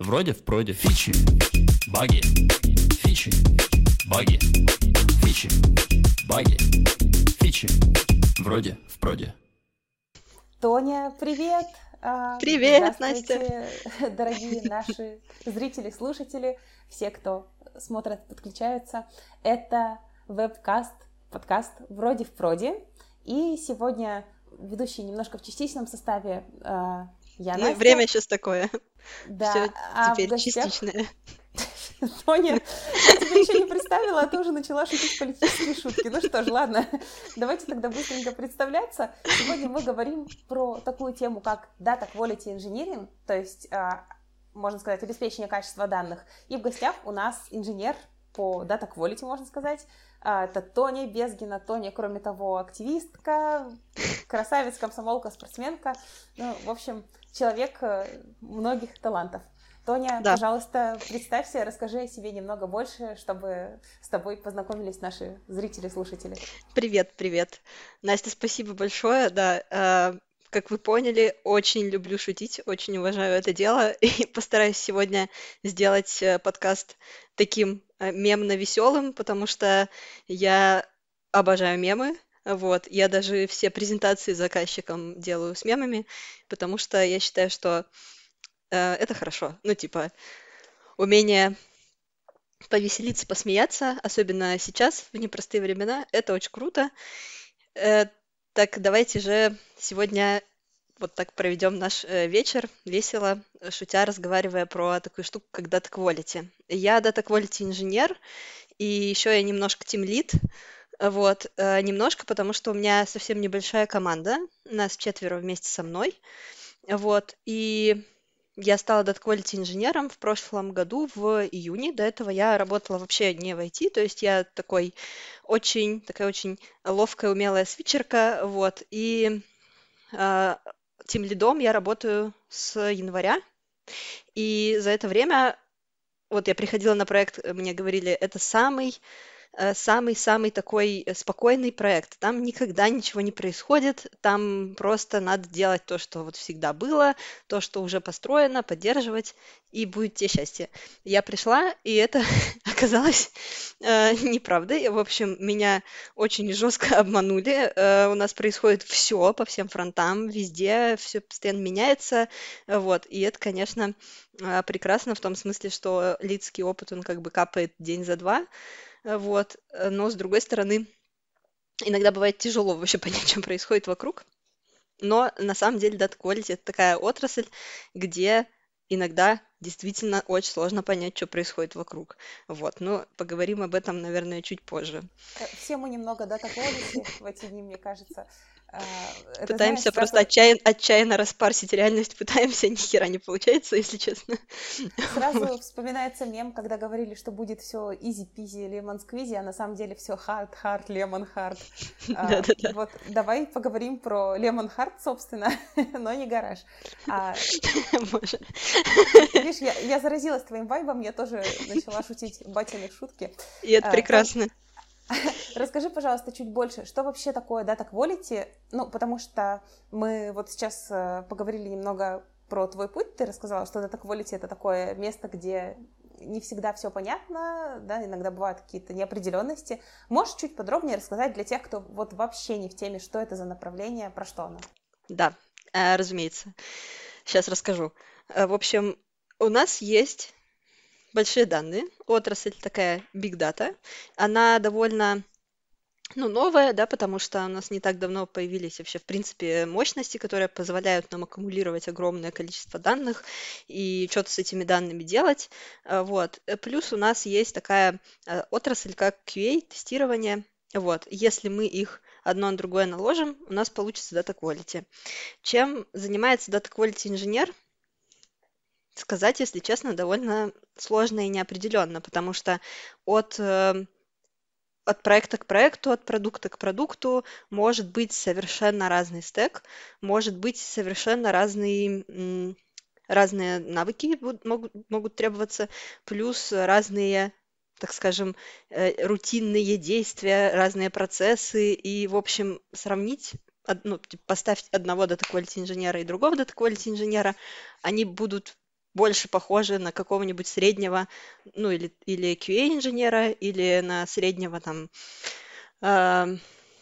Вроде в проде. Фичи, баги, фичи, баги, фичи, баги, фичи. Вроде в проде. Тоня, привет! Привет, Настя! Здравствуйте, дорогие наши зрители, слушатели, все, кто смотрит, подключаются. Это подкаст «Вроде в проде». И сегодня ведущий немножко в частичном составе я, Настя. Время сейчас такое. Да, Все а в теперь гостях частичное. Тоня, я тебя еще не представила, а ты уже начала шутить политические шутки. Ну что ж, ладно, давайте тогда быстренько представляться. Сегодня мы говорим про такую тему, как Data Quality Engineering, то есть, можно сказать, обеспечение качества данных. И в гостях у нас инженер по Data Quality, можно сказать. Это Тоня Безгина. Тоня, кроме того, активистка, красавица, комсомолка, спортсменка. Ну, в общем, человек многих талантов. Тоня, Да. пожалуйста, представься, расскажи о себе немного больше, чтобы с тобой познакомились наши зрители, слушатели. Привет. Настя, спасибо большое. Да, как вы поняли, очень люблю шутить, очень уважаю это дело и постараюсь сегодня сделать подкаст таким мемно-веселым, потому что я обожаю мемы. Вот, я даже все презентации заказчикам делаю с мемами, потому что я считаю, что это хорошо. Ну, типа, умение повеселиться, посмеяться, особенно сейчас, в непростые времена, это очень круто. Э, Так, давайте же сегодня вот так проведем наш вечер весело, шутя, разговаривая про такую штуку, как Data Quality. Я Data Quality инженер, и еще я немножко тимлид. Вот, немножко, потому что у меня совсем небольшая команда, нас 4 вместе со мной. Вот, и я стала Data Quality инженером в прошлом году, в июне. До этого я работала вообще не в IT, то есть я такая очень ловкая, умелая свитчерка, вот. И тимлидом я работаю с января, и за это время, вот я приходила на проект, мне говорили, это самый такой спокойный проект. Там никогда ничего не происходит, там просто надо делать то, что вот всегда было, то, что уже построено, поддерживать, и будет тебе счастье. Я пришла, и это оказалось неправдой. В общем, меня очень жестко обманули. У нас происходит все по всем фронтам, везде, все постоянно меняется. Вот. И это, конечно, прекрасно в том смысле, что лидский опыт, он как бы капает день за два. Вот. Но, с другой стороны, иногда бывает тяжело вообще понять, что происходит вокруг. Но на самом деле Data Quality — это такая отрасль, где иногда действительно очень сложно понять, что происходит вокруг. Вот. Но поговорим об этом, наверное, чуть позже. Все мы немного Data Quality в эти дни, мне кажется. Это, Пытаемся знаешь, просто отчаянно распарсить реальность, пытаемся, ни хера не получается, если честно. Сразу вспоминается мем, когда говорили, что будет все easy-peasy, lemon-squeezy, а на самом деле все hard-hard, lemon-hard. Да-да-да. Вот давай поговорим про lemon-hard, собственно, но не гараж. Боже. Видишь, я заразилась твоим вайбом, я тоже начала шутить батины шутки. И это прекрасно. Расскажи, пожалуйста, чуть больше, что вообще такое Data Quality? Ну, потому что мы вот сейчас поговорили немного про твой путь, ты рассказала, что Data Quality — это такое место, где не всегда все понятно, да, иногда бывают какие-то неопределенности. Можешь чуть подробнее рассказать для тех, кто вот вообще не в теме, что это за направление, про что оно? Да, разумеется. Сейчас расскажу. В общем, у нас есть большие данные, отрасль такая Big Data. Она довольно, новая, да, потому что у нас не так давно появились вообще, в принципе, мощности, которые позволяют нам аккумулировать огромное количество данных и что-то с этими данными делать. Вот. Плюс у нас есть такая отрасль, как QA, тестирование. Вот. Если мы их одно на другое наложим, у нас получится Data Quality. Чем занимается Data Quality инженер? Сказать, если честно, довольно сложно и неопределенно, потому что от проекта к проекту, от продукта к продукту может быть совершенно разный стек, может быть совершенно разные навыки могут требоваться, плюс разные, так скажем, рутинные действия, разные процессы, и, в общем, сравнить, поставить одного Data Quality инженера и другого Data Quality инженера, они будут больше похожи на какого-нибудь среднего, ну, или QA-инженера, или на среднего там э,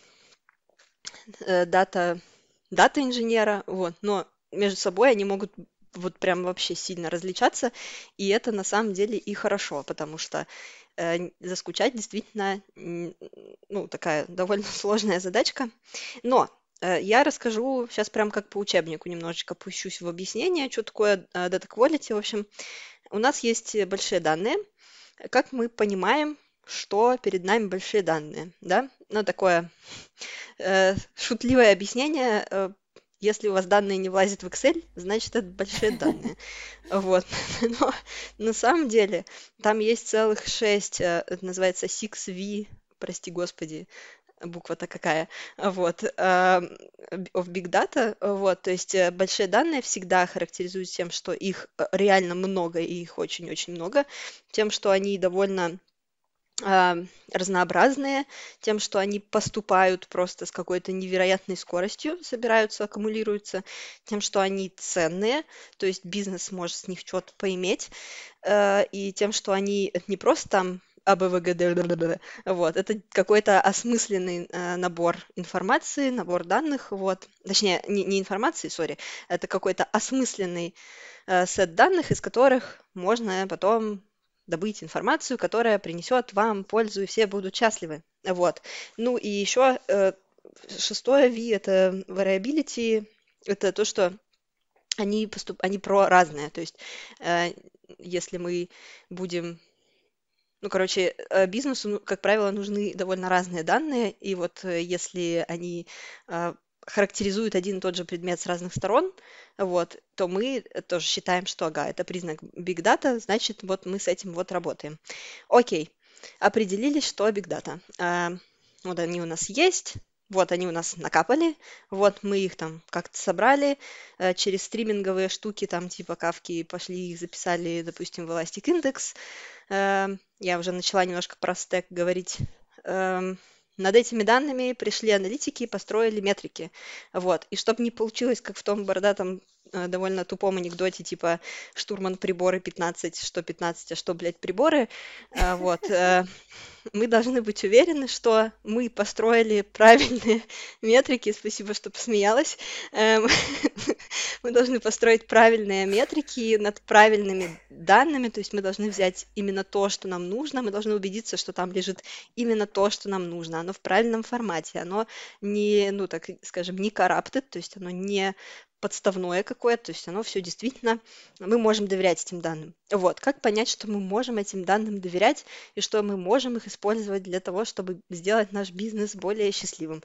дата инженера, вот, но между собой они могут вот прям вообще сильно различаться, и это на самом деле и хорошо, потому что заскучать действительно, ну, такая довольно сложная задачка. Но я расскажу сейчас прям как по учебнику, немножечко пущусь в объяснение, что такое Data Quality. В общем, у нас есть большие данные. Как мы понимаем, что перед нами большие данные, да? Ну, такое шутливое объяснение. Если у вас данные не влазят в Excel, значит, это большие данные. Вот. Но на самом деле там есть целых 6, это называется 6V, прости господи, буква-то какая, вот, of Big Data, вот, то есть большие данные всегда характеризуются тем, что их реально много, и их очень-очень много, тем, что они довольно разнообразные, тем, что они поступают просто с какой-то невероятной скоростью, собираются, аккумулируются, тем, что они ценные, то есть бизнес может с них что-то поиметь, и тем, что они это не просто там АБВГД, вот, это какой-то осмысленный набор информации, набор данных, вот, точнее, не информации, сори, это какой-то осмысленный сет данных, из которых можно потом добыть информацию, которая принесет вам пользу, и все будут счастливы. Вот. Ну и еще шестое V — это variability, это то, что они про разное. То есть если мы будем... Ну, короче, бизнесу, как правило, нужны довольно разные данные, и вот если они характеризуют один и тот же предмет с разных сторон, вот, то мы тоже считаем, что, ага, это признак Big Data, значит, вот мы с этим вот работаем. Окей, определились, что Big Data. Вот они у нас есть, вот они у нас накапали, вот мы их там как-то собрали, через стриминговые штуки, там типа кавки, пошли их записали, допустим, в Elastic Index. Я уже начала немножко про стек говорить. Над этими данными пришли аналитики и построили метрики. Вот. И чтобы не получилось, как в том бородатом довольно тупом анекдоте, типа штурман приборы 15, что 15, а что, блядь, приборы, вот, мы должны быть уверены, что мы построили правильные метрики. Спасибо, что посмеялась. Мы должны построить правильные метрики над правильными данными, то есть мы должны взять именно то, что нам нужно, мы должны убедиться, что там лежит именно то, что нам нужно, оно в правильном формате, оно не, ну, так скажем, не corrupted, то есть оно не подставное какое-то, то есть оно все действительно, мы можем доверять этим данным. Вот, как понять, что мы можем этим данным доверять и что мы можем их использовать для того, чтобы сделать наш бизнес более счастливым?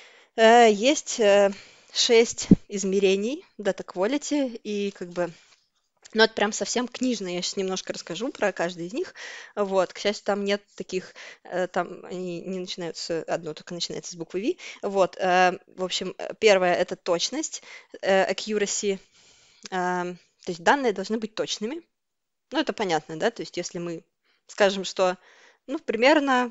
Есть 6 измерений Data Quality, и как бы, ну, это прям совсем книжно, я сейчас немножко расскажу про каждый из них. Вот, к счастью, там нет таких, там они не начинаются, одно только начинается с буквы V. Вот, в общем, первое — это точность, accuracy, то есть данные должны быть точными. Ну, это понятно, да, то есть если мы скажем, что, ну, примерно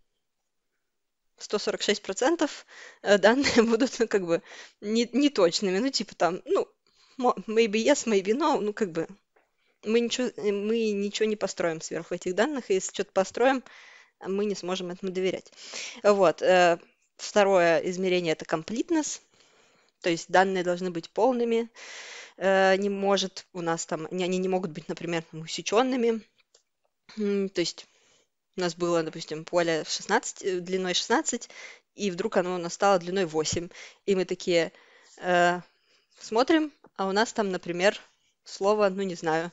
146% данные будут, ну, как бы, неточными, ну, типа там, ну, maybe yes, maybe no, ну, как бы, мы ничего не построим сверху этих данных, и если что-то построим, мы не сможем этому доверять. Вот. Второе измерение — это completeness, то есть данные должны быть полными, не может у нас там, они не могут быть, например, усеченными, то есть у нас было, допустим, поле 16, длиной 16, и вдруг оно у нас стало длиной 8, и мы такие смотрим, а у нас там, например, слово, ну, не знаю,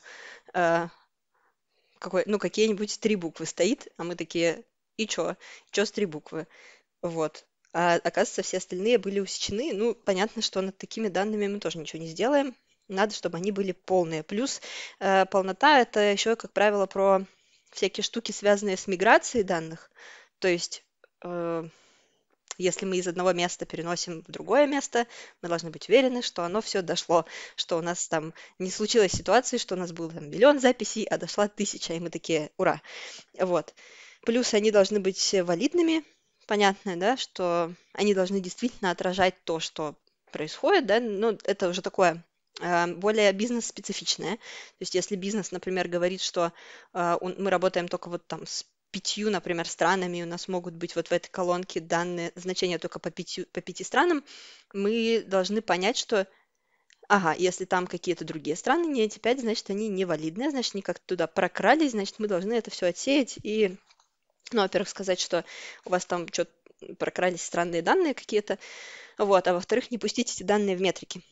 какие-нибудь 3 буквы стоит, а мы такие, и чё с 3 буквы? Вот. А оказывается, все остальные были усечены. Ну, понятно, что над такими данными мы тоже ничего не сделаем. Надо, чтобы они были полные. Плюс полнота — это еще, как правило, про всякие штуки, связанные с миграцией данных. То есть если мы из одного места переносим в другое место, мы должны быть уверены, что оно все дошло, что у нас там не случилось ситуации, что у нас было там 1 000 000 записей, а дошла 1000, и мы такие, ура. Вот. Плюс они должны быть валидными, понятно, да, что они должны действительно отражать то, что происходит, да, ну, это уже такое более бизнес-специфичное. То есть если бизнес, например, говорит, что мы работаем только вот там с 5, например, странами, у нас могут быть вот в этой колонке данные, значения только по 5 странам, мы должны понять, что, ага, если там какие-то другие страны, не эти 5, значит, они невалидные, значит, они как-то туда прокрались, значит, мы должны это все отсеять и, ну, во-первых, сказать, что у вас там что-то прокрались странные данные какие-то, вот, а во-вторых, не пустить эти данные в метрики.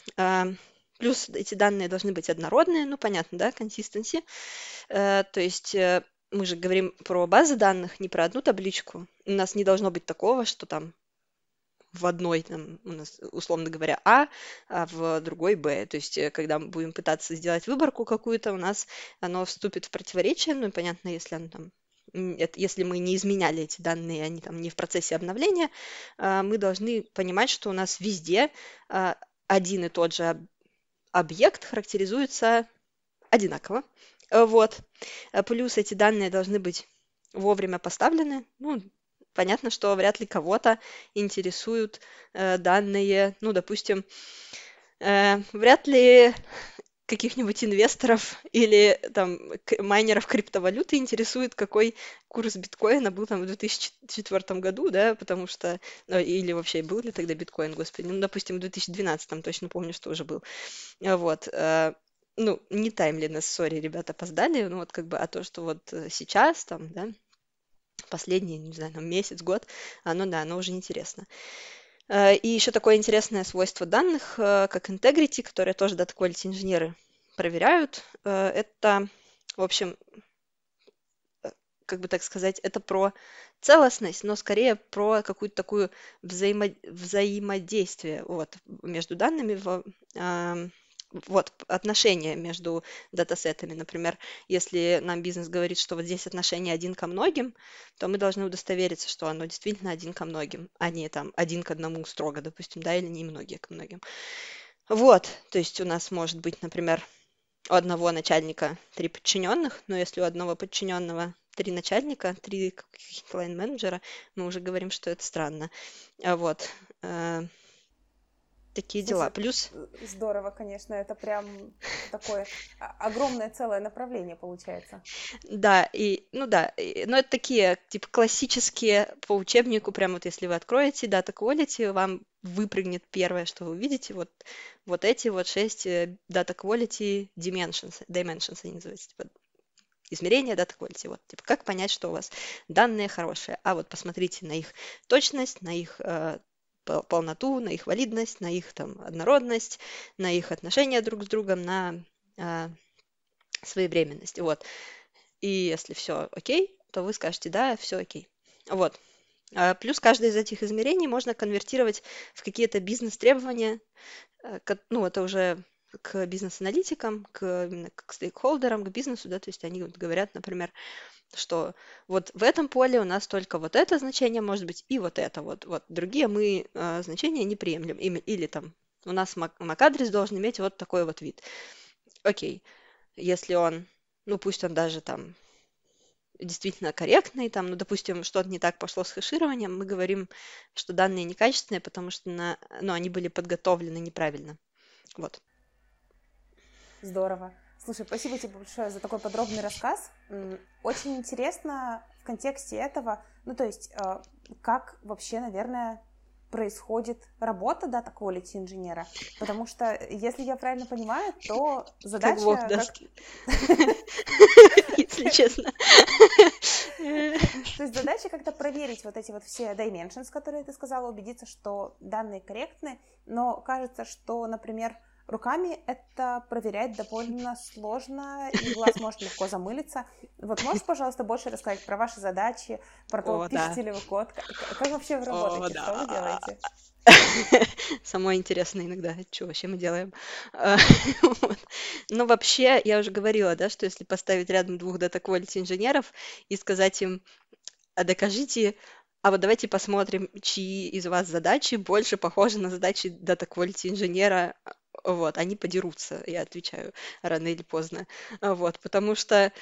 Плюс эти данные должны быть однородные, ну, понятно, да, consistency. То есть мы же говорим про базы данных, не про одну табличку. У нас не должно быть такого, что там в одной там, у нас, условно говоря, А в другой Б. То есть когда мы будем пытаться сделать выборку какую-то, у нас оно вступит в противоречие. Ну, и понятно, если оно там если мы не изменяли эти данные, они там не в процессе обновления, мы должны понимать, что у нас везде один и тот же объект характеризуется одинаково. Вот. Плюс эти данные должны быть вовремя поставлены. Ну, понятно, что вряд ли кого-то интересуют данные, ну, допустим, вряд ли каких-нибудь инвесторов или там майнеров криптовалюты интересует, какой курс биткоина был там в 2004 году, да, потому что, или вообще был ли тогда биткоин, господи, ну, допустим, в 2012 точно помню, что уже был. Вот, ну, не таймлинес, сори, ребята, опоздали, ну, вот как бы, а то, что вот сейчас там, да, последний, не знаю, там, месяц, год, оно уже интересно. И еще такое интересное свойство данных, как integrity, которое тоже data quality инженеры проверяют. Это, в общем, как бы так сказать, это про целостность, но скорее про какую-то такую взаимодействие вот, между данными, вот отношения между датасетами. Например, если нам бизнес говорит, что вот здесь отношение 1 ко многим, то мы должны удостовериться, что оно действительно 1 ко многим, а не там 1 к 1 строго, допустим, да, или не многие к многим. Вот, то есть у нас может быть, например, у одного начальника 3 подчиненных, но если у одного подчиненного 3 начальника, 3 каких-то лайн-менеджера, мы уже говорим, что это странно. Вот. Такие дела. Слушай, Плюс здорово, конечно, это прям такое огромное целое направление получается. да, но это такие, типа, классические по учебнику, прям вот если вы откроете Data Quality, вам выпрыгнет первое, что вы увидите, вот эти вот 6 Data Quality Dimensions они называются, типа, измерения Data Quality, вот, типа, как понять, что у вас данные хорошие, а вот посмотрите на их точность, на их полноту, на их валидность, на их там однородность, на их отношения друг с другом, на своевременность, вот. И если все окей, то вы скажете, да, все окей. Вот. Плюс каждое из этих измерений можно конвертировать в какие-то бизнес-требования, ну, это уже к бизнес-аналитикам, именно к стейкхолдерам, к бизнесу, да, то есть они вот говорят, например, что вот в этом поле у нас только вот это значение может быть и вот это вот другие мы значения не приемлем. Или там у нас MAC-адрес должен иметь вот такой вот вид. Окей, если он, ну пусть он даже там действительно корректный, там, ну, допустим, что-то не так пошло с хэшированием, мы говорим, что данные некачественные, потому что они были подготовлены неправильно. Вот. Здорово. Слушай, спасибо тебе большое за такой подробный рассказ. Очень интересно в контексте этого, ну, то есть, как вообще, наверное, происходит работа Data Quality инженера, потому что, если я правильно понимаю, то задача... Как Бог даст. Если честно. То есть задача как-то проверить вот эти вот все dimensions, которые ты сказала, убедиться, что данные корректны, но кажется, что, например, руками это проверять довольно сложно, и глаз может легко замылиться. Вот можешь, пожалуйста, больше рассказать про ваши задачи, про то, пишете ли вы код, как вообще вы работаете, что вы делаете? Самое интересное иногда, что вообще мы делаем. Но вообще, я уже говорила, да, что если поставить рядом 2 Data Quality инженеров и сказать им, а докажите, а вот давайте посмотрим, чьи из вас задачи больше похожи на задачи Data Quality инженера, вот, они подерутся, я отвечаю, рано или поздно, вот, потому что,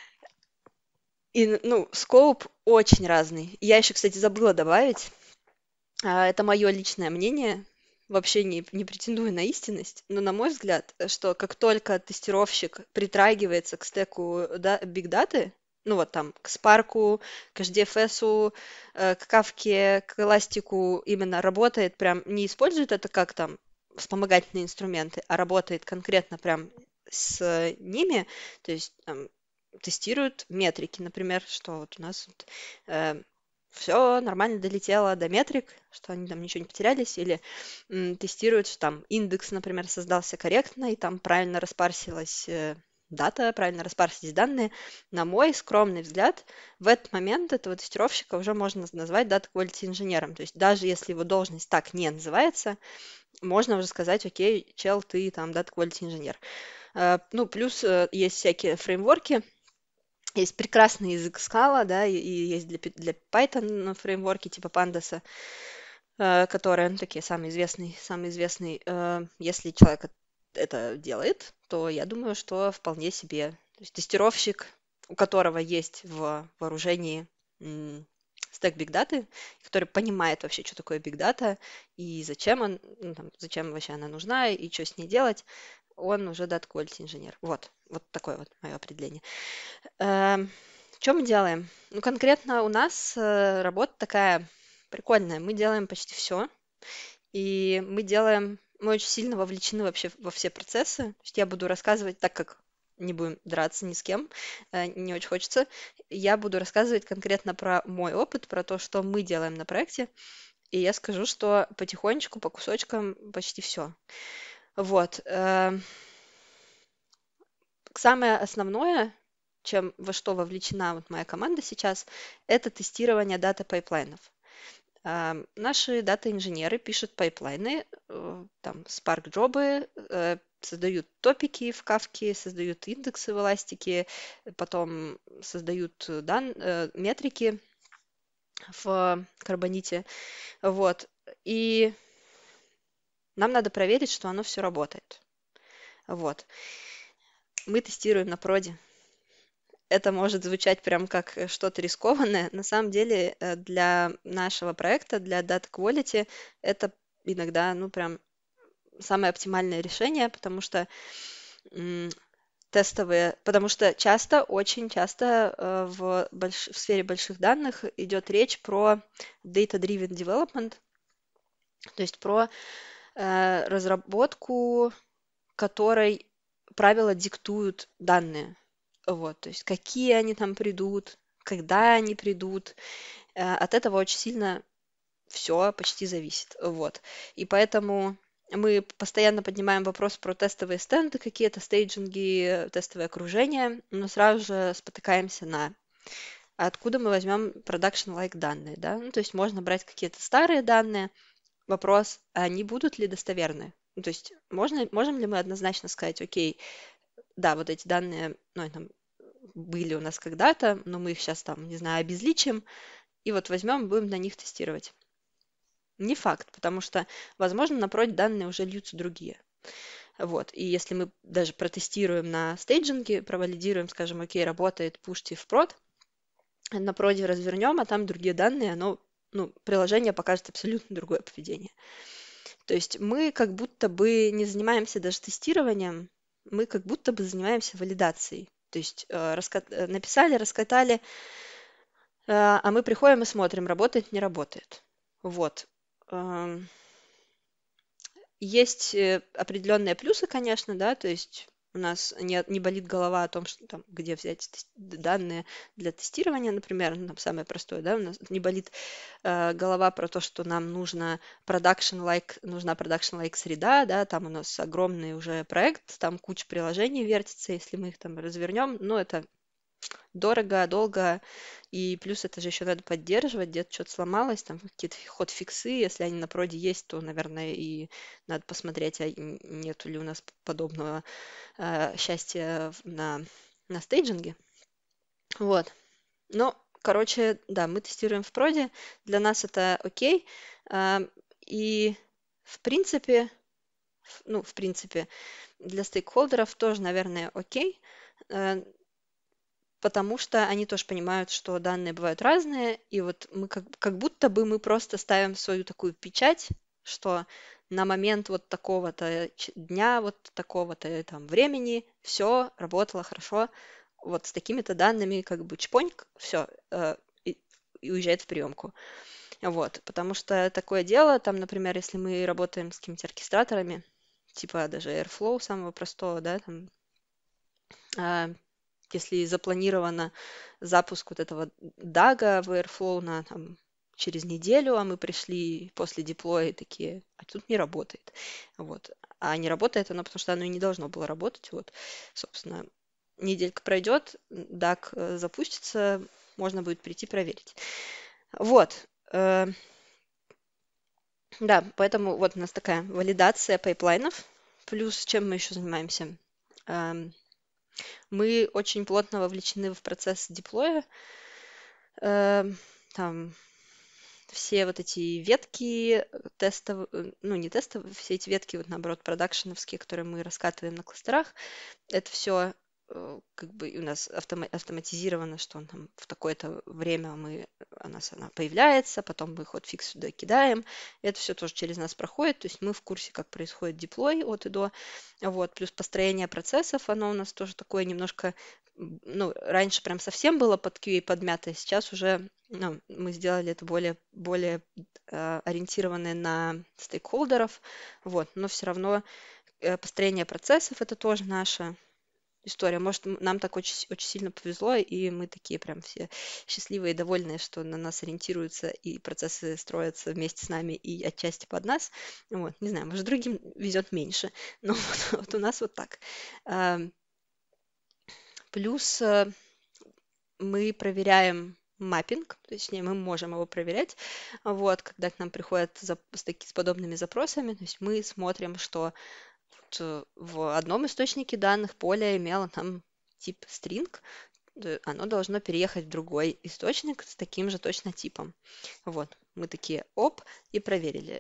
скоуп очень разный. Я еще, кстати, забыла добавить, это мое личное мнение, вообще не претендую на истинность, но на мой взгляд, что как только тестировщик притрагивается к стеку Big Data, ну вот там к Spark, к HDFS, к Kafka, к Elastic, именно работает прям, не использует это как там вспомогательные инструменты, а работает конкретно прям с ними, то есть тестируют метрики, например, что вот у нас все нормально долетело до метрик, что они там ничего не потерялись, или тестируют, что там индекс, например, создался корректно, и там правильно распарсилась дата, правильно распарсились данные. На мой скромный взгляд, в этот момент этого тестировщика уже можно назвать Data Quality инженером. То есть даже если его должность так не называется, можно уже сказать, окей, чел, ты там Data Quality инженер. Ну, плюс есть всякие фреймворки, есть прекрасный язык Scala, да, и есть для Python фреймворки типа Pandas, которые, ну, такие самые известные. Если человек это делает, то я думаю, что вполне себе. То есть тестировщик, у которого есть в вооружении стек Big Data, который понимает вообще, что такое Big Data и зачем зачем вообще она нужна и что с ней делать, он уже Data Quality инженер. Вот такое вот мое определение. Что мы делаем? Ну, конкретно у нас работа такая прикольная. Мы делаем почти все, и мы очень сильно вовлечены вообще во все процессы. То есть я буду рассказывать, так как не будем драться ни с кем, не очень хочется, я буду рассказывать конкретно про мой опыт, про то, что мы делаем на проекте, и я скажу, что потихонечку, по кусочкам почти все. Вот. Самое основное, во что вовлечена вот моя команда сейчас, это тестирование дата-пайплайнов. Наши дата-инженеры пишут пайплайны, там, Spark-джобы, создают топики в Kafka, создают индексы в Elastic, потом создают метрики в Карбоните. Вот. И нам надо проверить, что оно все работает. Вот. Мы тестируем на проде. Это может звучать прям как что-то рискованное. На самом деле для нашего проекта, для Data Quality, это иногда, ну, прям самое оптимальное решение, потому что очень часто в сфере больших данных идет речь про data-driven development, то есть про разработку, которой правила диктуют данные. Вот, то есть какие они там придут, когда они придут. От этого очень сильно все почти зависит. Вот. И поэтому мы постоянно поднимаем вопрос про тестовые стенды, какие-то стейджинги, тестовые окружения, но сразу же спотыкаемся на откуда мы возьмем production-like данные, да? Ну, то есть можно брать какие-то старые данные. Вопрос, а они будут ли достоверны? Ну, то есть можем ли мы однозначно сказать, окей, да, вот эти данные, ну, там, были у нас когда-то, но мы их сейчас там, не знаю, обезличим, и вот возьмем и будем на них тестировать. Не факт, потому что, возможно, на проде данные уже льются другие. Вот. И если мы даже протестируем на стейджинге, провалидируем, скажем, окей, работает, пушьте в прод, на проде развернем, а там другие данные, приложение покажет абсолютно другое поведение. То есть мы как будто бы не занимаемся даже тестированием, мы как будто бы занимаемся валидацией. То есть написали, раскатали, а мы приходим и смотрим, работает, не работает. Вот. Есть определенные плюсы, конечно, да, то есть у нас не болит голова о том, что там, где взять данные для тестирования, например, там самое простое, да, у нас не болит голова про то, что нам нужна production-like среда, да, там у нас огромный уже проект, там куча приложений вертится, если мы их там развернем, но это дорого, долго, и плюс это же еще надо поддерживать, где-то что-то сломалось, там какие-то ход-фиксы, если они на проде есть, то, наверное, и надо посмотреть, а нету ли у нас подобного счастья на стейджинге. Вот. Ну, короче, да, мы тестируем в проде, для нас это окей, и в принципе, для стейкхолдеров тоже, наверное, окей, потому что они тоже понимают, что данные бывают разные, и вот мы как будто бы мы просто ставим свою такую печать, что на момент вот такого-то дня, вот такого-то там времени все работало хорошо, вот с такими-то данными как бы чпоньк, все, и уезжает в приемку. Вот, потому что такое дело, там, например, если мы работаем с какими-то оркестраторами, типа даже Airflow самого простого, да, там, а, если запланировано запуск вот этого дага в Airflow на там, через неделю, а мы пришли после деплоя и такие, а тут не работает. Вот. А не работает оно, потому что оно и не должно было работать. Вот, собственно, неделька пройдет, даг запустится, можно будет прийти проверить. Вот. Да, поэтому вот у нас такая валидация пайплайнов. Плюс чем мы еще занимаемся? Мы очень плотно вовлечены в процесс деплоя. Там все вот эти ветки тестовые, ну не тестовые, все эти ветки, вот наоборот, продакшеновские, которые мы раскатываем на кластерах, это все как бы у нас автоматизировано, что он там в такое-то время она появляется, потом мы хотфикс сюда кидаем. Это все тоже через нас проходит, то есть мы в курсе, как происходит деплой от и до. Вот. Плюс построение процессов, оно у нас тоже такое немножко, ну, раньше прям совсем было под QA подмято, сейчас уже мы сделали это более ориентированное на стейкхолдеров, вот, но все равно построение процессов это тоже наша история. Может, нам так очень, очень сильно повезло, и мы такие прям все счастливые и довольные, что на нас ориентируются, и процессы строятся вместе с нами и отчасти под нас. Вот, не знаю, может, другим везет меньше, но вот у нас вот так. Плюс мы проверяем маппинг, точнее, мы можем его проверять, вот, когда к нам приходят с подобными запросами, то есть мы смотрим, что в одном источнике данных поле имело там тип string, оно должно переехать в другой источник с таким же точно типом. Вот, мы такие, оп, и проверили,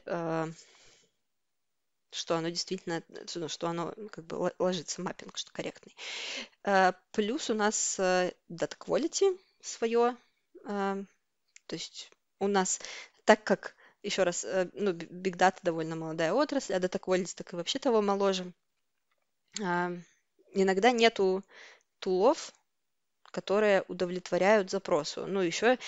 что оно действительно, что оно как бы ложится, маппинг, что корректный. Плюс у нас data quality свое, то есть у нас, так как еще раз, ну, Big Data довольно молодая отрасль, а Data Quality так и вообще того моложе. Иногда нету тулов, которые удовлетворяют запросу. Ну, еще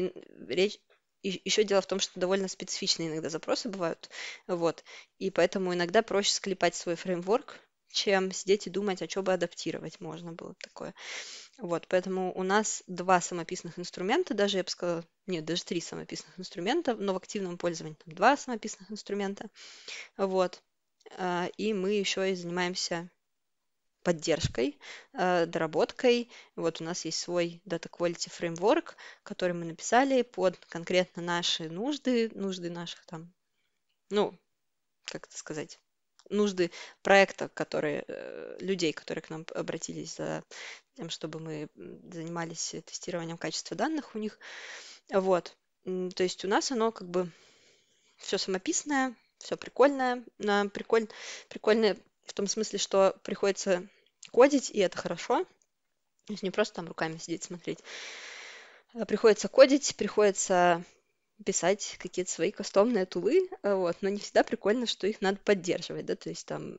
еще дело в том, что довольно специфичные иногда запросы бывают, вот, и поэтому иногда проще склепать свой фреймворк, чем сидеть и думать, а что бы адаптировать можно было такое. Вот, поэтому у нас 2 самописных инструмента, даже я бы сказала, нет, даже 3 самописных инструмента, но в активном пользовании там 2 самописных инструмента, вот, и мы еще и занимаемся поддержкой, доработкой. Вот у нас есть свой Data Quality Framework, который мы написали под конкретно наши нужды наших там, ну, как это сказать, нужды проекта, людей, которые к нам обратились за тем, чтобы мы занимались тестированием качества данных у них. Вот. То есть у нас оно как бы все самописное, все прикольное. Прикольное в том смысле, что приходится кодить, и это хорошо. То есть не просто там руками сидеть, смотреть. Приходится кодить, приходится писать какие-то свои кастомные тулы, вот, но не всегда прикольно, что их надо поддерживать, да, то есть там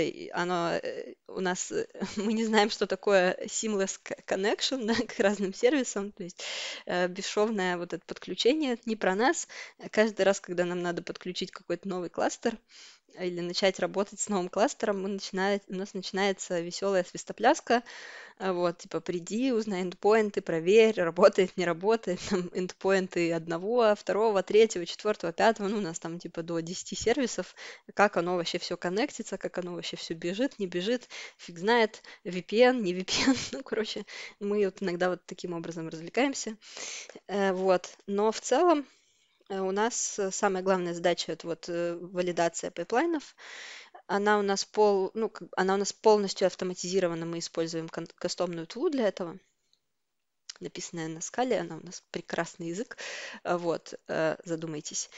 у нас, мы не знаем, что такое seamless connection, да, к разным сервисам, то есть бесшовное вот это подключение не про нас. Каждый раз, когда нам надо подключить какой-то новый кластер или начать работать с новым кластером, у нас начинается веселая свистопляска, вот, типа, приди, узнай эндпоинты, проверь, работает, не работает, там, эндпоинты одного, второго, третьего, четвертого, пятого, ну, у нас там, типа, до 10 сервисов, как оно вообще все коннектится, как оно вообще все бежит, не бежит, фиг знает, VPN, не VPN, ну, короче, мы вот иногда вот таким образом развлекаемся, вот, но в целом у нас самая главная задача — это вот валидация пайплайнов. Она у нас полностью автоматизирована, мы используем кастомную тулу для этого, написанная на скале, она у нас прекрасный язык, вот, задумайтесь.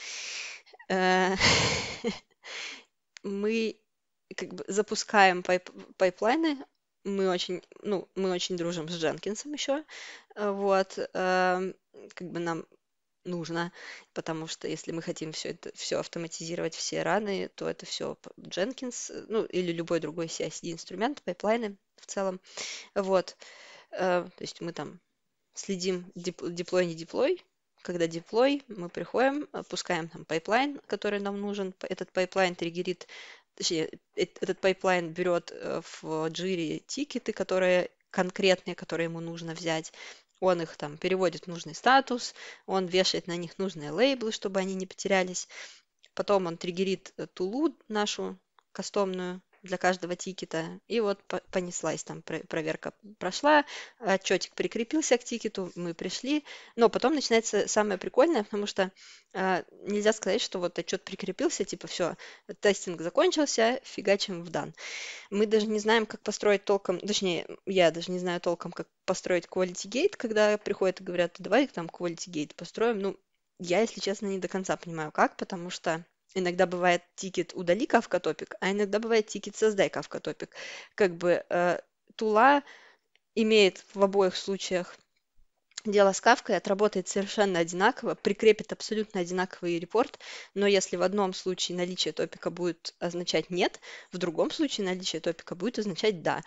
Мы как бы запускаем пайплайны, мы очень дружим с Дженкинсом еще, вот, как бы нам нужно, потому что если мы хотим все автоматизировать, все раны, то это все Jenkins, ну, или любой другой CI/CD инструмент, пайплайны в целом. Вот. То есть мы там следим деплой, не деплой. Когда деплой, мы приходим, опускаем там пайплайн, который нам нужен. Этот пайплайн триггерит, точнее, этот пайплайн берет в Jira тикеты, которые конкретные, которые ему нужно взять. Он их там переводит в нужный статус, он вешает на них нужные лейблы, чтобы они не потерялись. Потом он триггерит тулу нашу кастомную для каждого тикета, и вот понеслась там проверка прошла, отчетик прикрепился к тикету, мы пришли, но потом начинается самое прикольное, потому что нельзя сказать, что вот отчет прикрепился, типа все, тестинг закончился, фигачим в дан. Мы даже не знаем, как построить толком, точнее, я даже не знаю толком, как построить quality gate, когда приходят и говорят, давай там quality gate построим, ну, я, если честно, не до конца понимаю, как, потому что иногда бывает тикет «удали Kafka топик», а иногда бывает тикет «создай Kafka топик». Как бы тула имеет в обоих случаях дело с Kafka, отработает совершенно одинаково, прикрепит абсолютно одинаковый репорт, но если в одном случае наличие топика будет означать «нет», в другом случае наличие топика будет означать «да».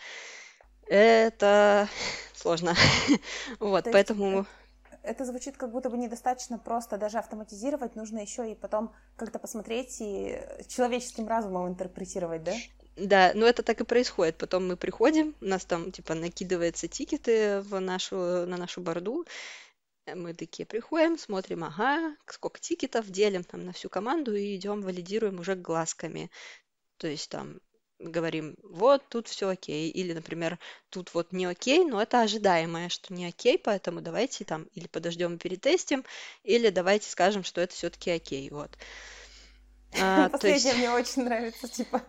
Это сложно. Вот, То есть поэтому... это звучит как будто бы недостаточно просто даже автоматизировать, нужно еще и потом как-то посмотреть и человеческим разумом интерпретировать, да? Да, ну это так и происходит. Потом мы приходим, у нас там типа накидываются тикеты на нашу борду. Мы такие приходим, смотрим, ага, сколько тикетов, делим там на всю команду и идем валидируем уже глазками. То есть там говорим, вот тут все окей, или, например, тут вот не окей, но это ожидаемое, что не окей, поэтому давайте там или подождем и перетестим, или давайте скажем, что это все-таки окей, вот. Последнее мне очень нравится, типа,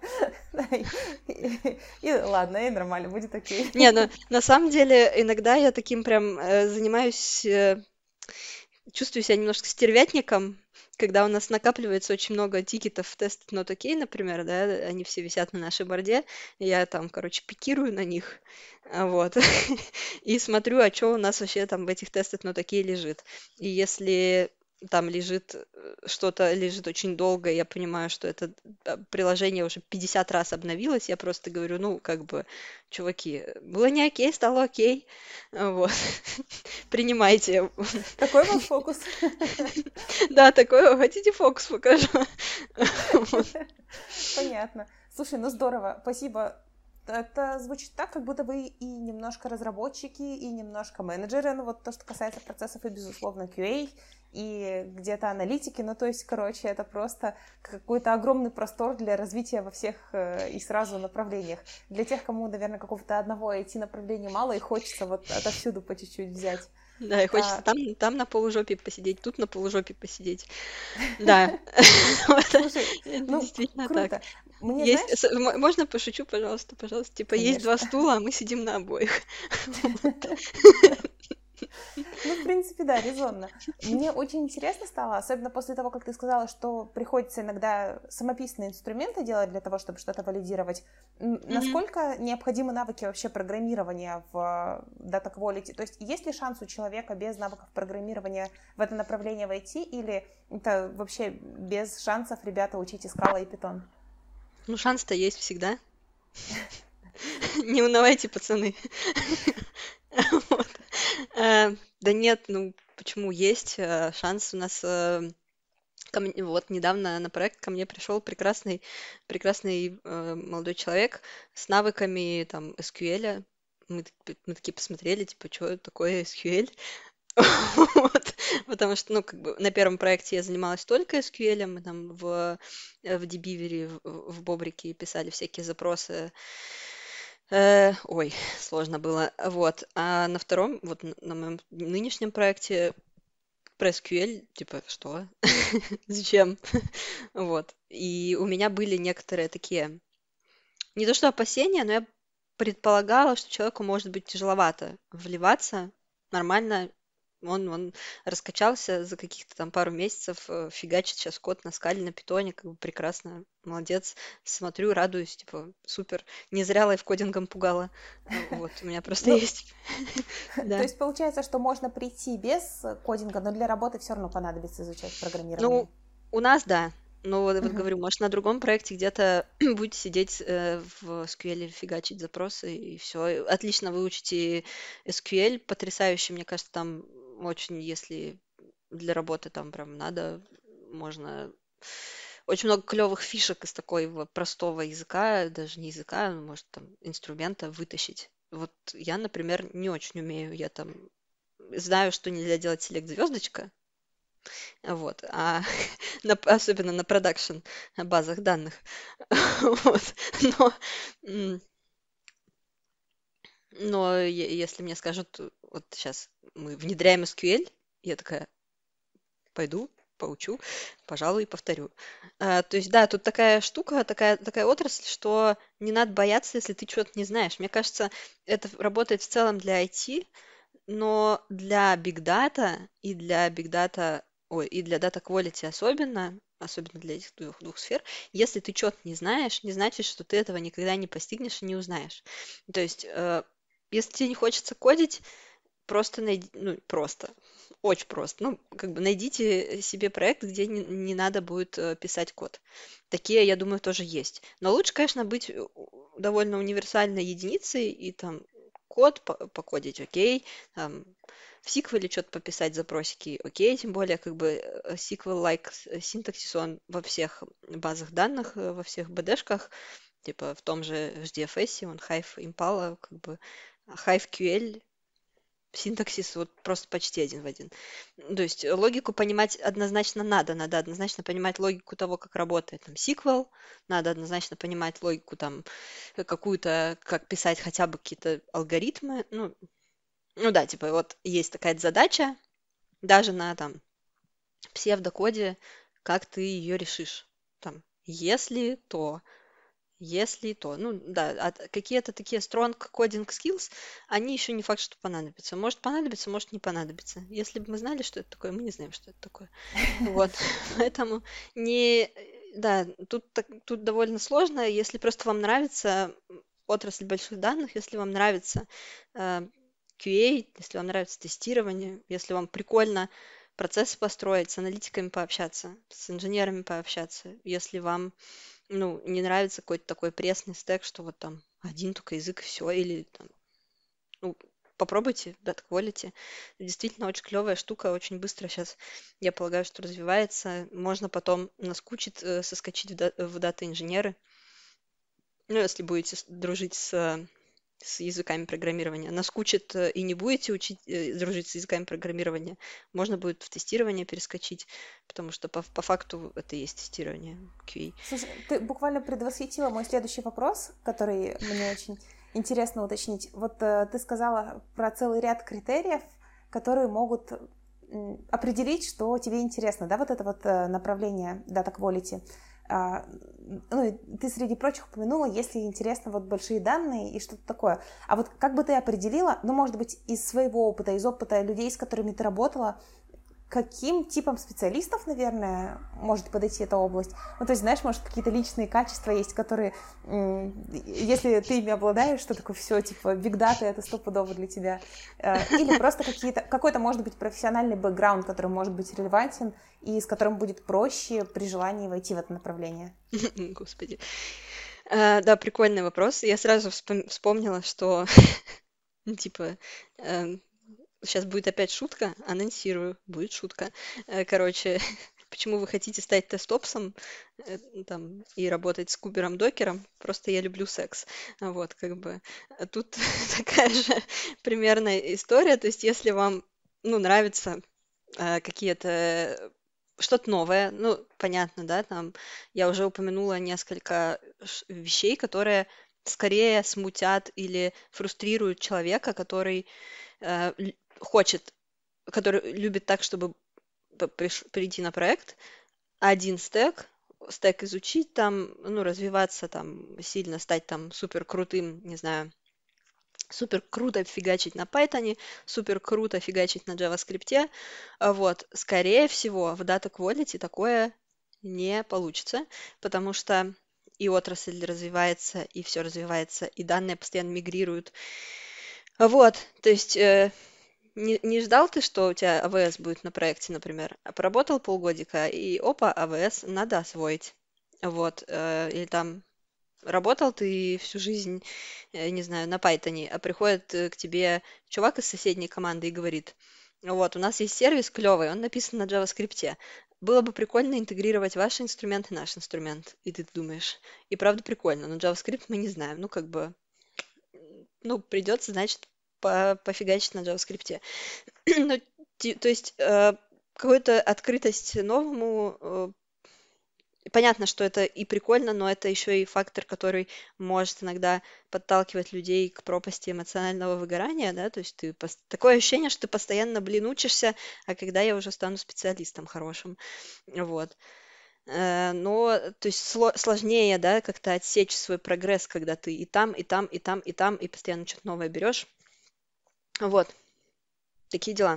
и ладно, и нормально, будет окей. Не, ну на самом деле иногда я таким прям занимаюсь, чувствую себя немножко стервятником, когда у нас накапливается очень много тикетов в тест not OK, например, да, они все висят на нашей борде, я там, короче, пикирую на них, вот, и смотрю, а что у нас вообще там в этих тестах not OK лежит. И если там что-то лежит очень долго, я понимаю, что это приложение уже 50 раз обновилось, я просто говорю, ну, как бы, чуваки, было не окей, стало окей, вот, принимайте. Такой вот фокус. Да, такой, хотите фокус покажу? Понятно. Слушай, ну здорово, спасибо. Это звучит так, как будто вы и немножко разработчики, и немножко менеджеры, ну вот то, что касается процессов, и, безусловно, QA, и где-то аналитики, ну то есть, короче, это просто какой-то огромный простор для развития во всех и сразу направлениях. Для тех, кому, наверное, какого-то одного IT-направления мало, и хочется вот отовсюду по чуть-чуть взять. Да, и хочется там на полужопе посидеть, тут на полужопе посидеть. Да. Слушай, ну, действительно круто. так. Мне, знаешь... Можно пошучу, пожалуйста? Типа, есть два стула, а мы сидим на обоих. Ну, в принципе, да, резонно. Мне очень интересно стало, особенно после того, как ты сказала, что приходится иногда самописные инструменты делать для того, чтобы что-то валидировать. Насколько необходимы навыки вообще программирования в Data Quality? То есть есть ли шанс у человека без навыков программирования в это направление войти, или это вообще без шансов, ребята, учите Scala и Python? Ну, шанс-то есть всегда. Не унывайте, пацаны. Да нет, ну почему есть шанс у нас? Вот недавно на проект ко мне пришел прекрасный молодой человек с навыками там SQL. Мы такие посмотрели, типа, что такое SQL? Вот. Потому что, ну, как бы на первом проекте я занималась только SQL, мы там в Dbeaver, в Бобрике писали всякие запросы. Ой, сложно было. Вот. А на втором, вот на моем нынешнем проекте про SQL, типа, что? Зачем? Вот. И у меня были некоторые такие, не то что опасения, но я предполагала, что человеку может быть тяжеловато вливаться нормально он раскачался за каких-то там пару месяцев, фигачит сейчас код на скале, на питоне, как бы прекрасно, молодец. Смотрю, радуюсь, типа, супер. Не зря лайфкодингом пугала. Вот, у меня просто Ну, есть. то Да. есть получается, что можно прийти без кодинга, но для работы все равно понадобится изучать программирование. Ну, у нас, да. Но вот Мгм. говорю, может, на другом проекте где-то будете сидеть в SQL фигачить запросы, и все. Отлично выучите SQL, потрясающе, мне кажется, там очень, если для работы там прям надо, можно очень много клевых фишек из такого простого языка, даже не языка, может, там, инструмента вытащить. Вот я, например, не очень умею, я там знаю, что нельзя делать селект звездочка, вот, особенно на продакшн базах данных, вот, но, м, но если мне скажут, вот сейчас мы внедряем SQL, я такая, пойду, поучу, пожалуй, повторю. То есть, да, тут такая штука, такая отрасль, что не надо бояться, если ты чего-то не знаешь. Мне кажется, это работает в целом для IT, но для Big Data и для Data Quality особенно для этих двух сфер, если ты что-то не знаешь, не значит, что ты этого никогда не постигнешь и не узнаешь. То есть, если тебе не хочется кодить, просто найди, ну, просто, очень просто. Ну, как бы найдите себе проект, где не надо будет писать код. Такие, я думаю, тоже есть. Но лучше, конечно, быть довольно универсальной единицей и там код покодить, окей, там, в SQL что-то пописать запросики, окей, тем более как бы SQL-like синтаксис, он во всех базах данных, во всех BD-шках, типа в том же HDFS, он Hive Impala, как бы Hive QL, синтаксис вот просто почти один в один. То есть логику понимать однозначно надо однозначно понимать логику того, как работает там SQL, надо однозначно понимать логику там какую-то, как писать хотя бы какие-то алгоритмы. Ну да, типа вот есть такая задача, даже на там псевдокоде, как ты ее решишь. Там, если то. Ну да, какие-то такие strong coding skills, они еще не факт, что понадобятся. Может понадобиться, может не понадобиться. Если бы мы знали, что это такое, мы не знаем, что это такое. Вот, поэтому не... Да, тут довольно сложно. Если просто вам нравится отрасль больших данных, если вам нравится QA, если вам нравится тестирование, если вам прикольно процессы построить, с аналитиками пообщаться, с инженерами пообщаться, если вам не нравится какой-то такой пресный стек, что вот там один только язык и все, или там, попробуйте Data Quality. Действительно очень клевая штука, очень быстро сейчас, я полагаю, что развивается. Можно потом наскучит соскочить в дата-инженеры. Ну, если будете дружить с языками программирования. Наскучит и не будете дружить с языками программирования, можно будет в тестирование перескочить, потому что по факту это и есть тестирование QA. Слушай, ты буквально предвосхитила мой следующий вопрос, который мне очень интересно уточнить. Вот ты сказала про целый ряд критериев, которые могут определить, что тебе интересно, да, вот это вот направление Data Quality. Ну, и ты среди прочих упомянула, если интересно вот большие данные и что-то такое. А вот как бы ты определила, ну, может быть, из своего опыта, из опыта людей, с которыми ты работала, каким типом специалистов, наверное, может подойти эта область? Ну, то есть, знаешь, может, какие-то личные качества есть, которые, если ты ими обладаешь, что такое все, типа, big data, это стопудово для тебя. Или просто какой-то, может быть, профессиональный бэкграунд, который может быть релевантен и с которым будет проще при желании войти в это направление. Господи. Да, прикольный вопрос. Я сразу вспомнила, что, типа, сейчас будет опять шутка, анонсирую, будет шутка. Короче, почему вы хотите стать тестопсом там, и работать с кубером-докером? Просто я люблю секс. Вот, как бы. Тут такая же примерная история. То есть, если вам, нравится какие-то что-то новое, понятно, да, там я уже упомянула несколько вещей, которые скорее смутят или фрустрируют человека, который который любит так, чтобы прийти на проект, один стек изучить там, развиваться там сильно, стать там супер крутым, не знаю, Супер круто фигачить на Python, супер круто фигачить на JavaScript. Вот, скорее всего, в Data Quality такое не получится, потому что и отрасль развивается, и все развивается, и данные постоянно мигрируют. Вот, то есть не ждал ты, что у тебя АВС будет на проекте, например, а поработал полгодика, и опа, АВС надо освоить. Вот, или там работал ты всю жизнь, не знаю, на Python, а приходит к тебе чувак из соседней команды и говорит, вот, у нас есть сервис клевый, он написан на JavaScript. Было бы прикольно интегрировать ваш инструмент и наш инструмент. И ты думаешь, и правда прикольно, но JavaScript мы не знаем. Ну, как бы, ну, придется, значит, пофигачить на JavaScript. Ну, то есть какую-то открытость новому. Понятно, что это и прикольно, но это еще и фактор, который может иногда подталкивать людей к пропасти эмоционального выгорания, да, то есть ты такое ощущение, что ты постоянно, блин, учишься, а когда я уже стану специалистом хорошим, вот. Но, то есть сложнее, да, как-то отсечь свой прогресс, когда ты и там, и там, и там, и там, и постоянно что-то новое берешь. Вот, такие дела.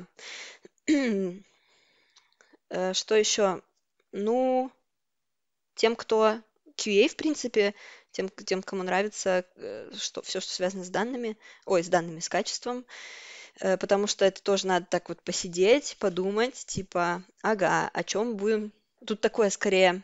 Что еще? Ну, тем, кто QA, в принципе, тем, кому нравится что, все, что связано с данными, с качеством, потому что это тоже надо так вот посидеть, подумать, типа, ага, о чем будем... Тут такое скорее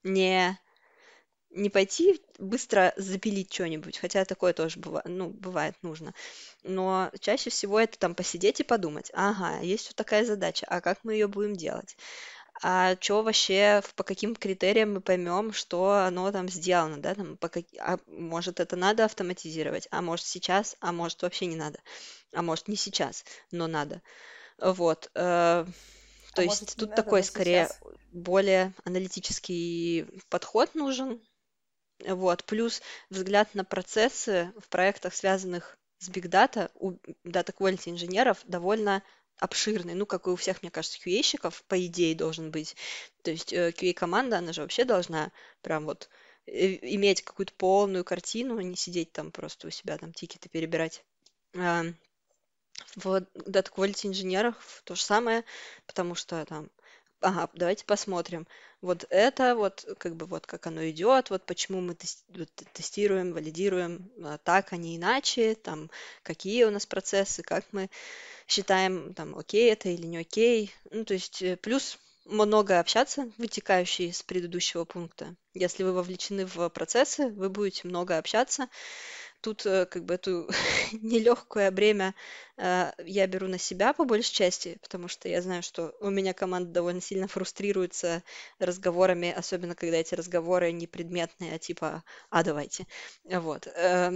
не пойти быстро запилить что-нибудь, хотя такое тоже бывает нужно. Но чаще всего это там посидеть и подумать, ага, есть вот такая задача, а как мы ее будем делать? А что вообще, по каким критериям мы поймем, что оно там сделано, да, там, а может это надо автоматизировать, а может сейчас, а может вообще не надо, а может не сейчас, но надо. Вот, то А есть может, не тут надо, такой но скорее сейчас. более аналитический подход нужен, вот, плюс взгляд на процессы в проектах, связанных с Big Data, у Data Quality инженеров довольно обширный, ну, как и у всех, мне кажется, QA-щиков, по идее, должен быть. То есть QA-команда, она же вообще должна прям вот иметь какую-то полную картину, а не сидеть там просто у себя там тикеты перебирать. А, В Data Quality инженерах то же самое, потому что там, ага, давайте посмотрим. Вот это вот, как бы вот как оно идет, вот почему мы вот тестируем, валидируем так, а не иначе, там, какие у нас процессы, как мы считаем, там, окей это или не окей. Ну, то есть плюс много общаться, вытекающие из предыдущего пункта. Если вы вовлечены в процессы, вы будете много общаться. Тут как бы эту нелегкое бремя я беру на себя по большей части, потому что я знаю, что у меня команда довольно сильно фрустрируется разговорами, особенно когда эти разговоры не предметные, а типа «а давайте». Вот.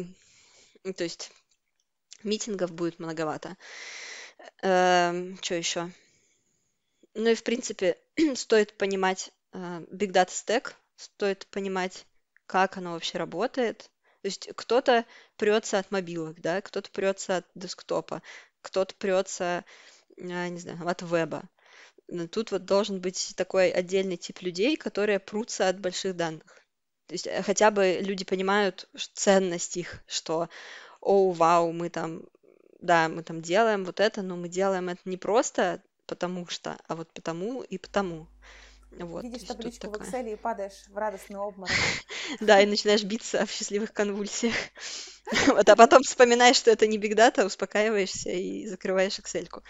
То есть митингов будет многовато. Что еще? Ну и в принципе стоит понимать Big Data Stack, стоит понимать, как оно вообще работает. То есть кто-то прется от мобилок, да, кто-то прется от десктопа, кто-то прется, не знаю, от веба. Но тут вот должен быть такой отдельный тип людей, которые прутся от больших данных. То есть хотя бы люди понимают ценность их, что, о, вау, мы там, да, мы там делаем вот это, но мы делаем это не просто потому что, а вот потому и потому. Вот, то Видишь есть тут табличку в такое. Excel и падаешь в радостный обморок. Да, и начинаешь биться в счастливых конвульсиях. Вот, а потом вспоминаешь, что это не Big Data, успокаиваешься и закрываешь Excel-ку.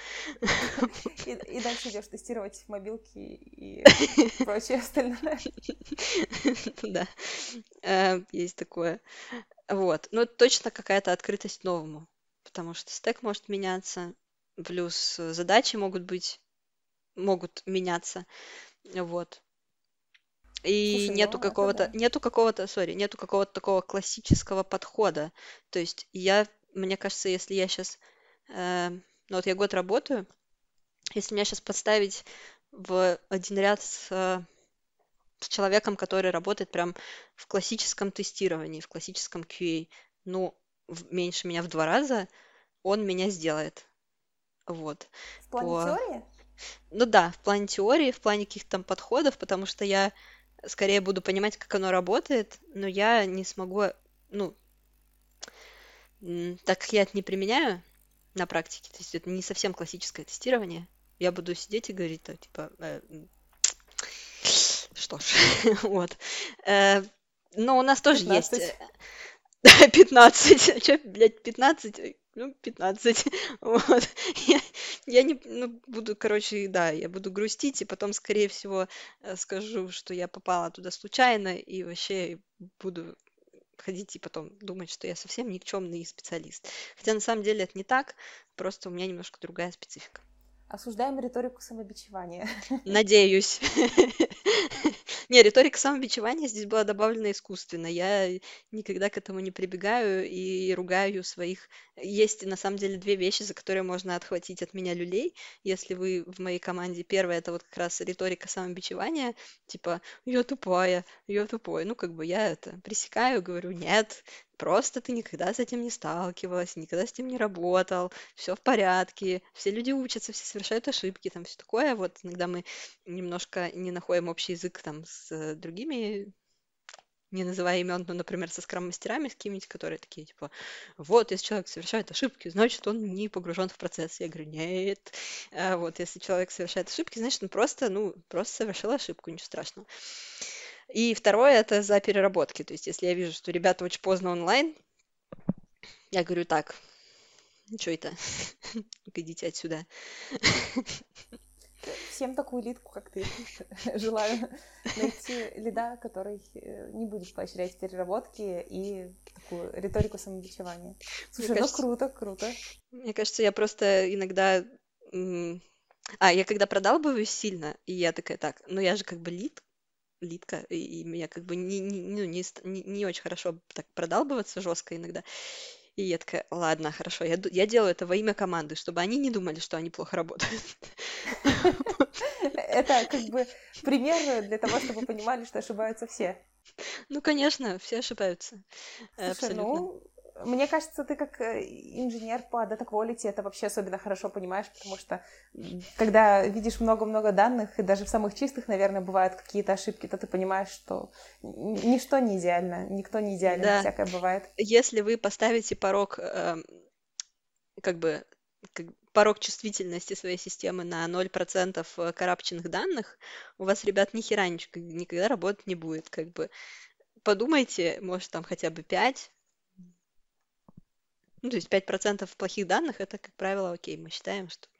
И дальше идешь тестировать мобилки и прочее остальное. Да, есть такое. Вот, ну точно какая-то открытость новому, потому что стек может меняться, плюс задачи могут меняться, вот. И Слушай, ну это да. нету какого-то такого классического подхода. То есть мне кажется, если я сейчас, ну вот я год работаю, если меня сейчас подставить в один ряд с человеком, который работает прям в классическом тестировании, в классическом QA, ну, меньше меня в 2 раза, он меня сделает. Вот. В плане По... теории? Ну да, в плане теории, в плане каких-то там подходов, потому что я скорее буду понимать, как оно работает, но я не смогу, ну, Так как я это не применяю на практике, то есть это не совсем классическое тестирование, я буду сидеть и говорить так, типа, что ж, вот. Э, Но у нас тоже есть 15. 15. Что, блядь, 15? Ну, 15. Вот. Я не буду, короче, да, я буду грустить, и потом, скорее всего, скажу, что я попала туда случайно, и вообще буду ходить и потом думать, что я совсем никчемный специалист. Хотя на самом деле это не так, просто у меня немножко другая специфика. Осуждаем риторику самобичевания. Надеюсь. Не, риторика самобичевания здесь была добавлена искусственно. Я никогда к этому не прибегаю и ругаю своих... Есть на самом деле две вещи, за которые можно отхватить от меня люлей. Если вы в моей команде, первое, это вот как раз риторика самобичевания, типа я тупая, я тупой». Ну, как бы я это пресекаю, говорю: нет, просто ты никогда с этим не сталкивалась, никогда с этим не работал, все в порядке, все люди учатся, все совершают ошибки, там все такое. Вот иногда мы немножко не находим общий язык там с другими, не называя имен, ну, например, со скрам-мастерами с какими-нибудь, которые такие, типа, вот, если человек совершает ошибки, значит, он не погружен в процесс. Я говорю: нет. Вот, если человек совершает ошибки, значит, он просто, ну, просто совершил ошибку, ничего страшного. И второе, это за переработки. То есть, если я вижу, что ребята очень поздно онлайн, я говорю: так, что это? Ну-ка, идите отсюда. Всем такую лидку, как ты. Желаю найти лида, который не будет поощрять переработки и такую риторику самобичевания. Слушай, ну круто, круто. Мне кажется, я просто иногда... я когда продалбываюсь сильно, и я такая: так, ну я же как бы лидка, и меня как бы не очень хорошо так продалбываться жестко иногда. И я такая: ладно, хорошо, я делаю это во имя команды, чтобы они не думали, что они плохо работают. Это как бы пример для того, чтобы понимали, что ошибаются все. Ну, конечно, все ошибаются. Слушай, Абсолютно. ну, мне кажется, ты как инженер по data quality это вообще особенно хорошо понимаешь, потому что когда видишь много-много данных, и даже в самых чистых, наверное, бывают какие-то ошибки, то ты понимаешь, что ничто не идеально, никто не идеален, Да. всякое бывает. Если вы поставите порог, порог чувствительности своей системы на 0% карапченных данных, у вас, ребят, ни хера никогда работать не будет. Как бы подумайте, может, там хотя бы 5. Ну, то есть 5% плохих данных, это, как правило, окей. Мы считаем, что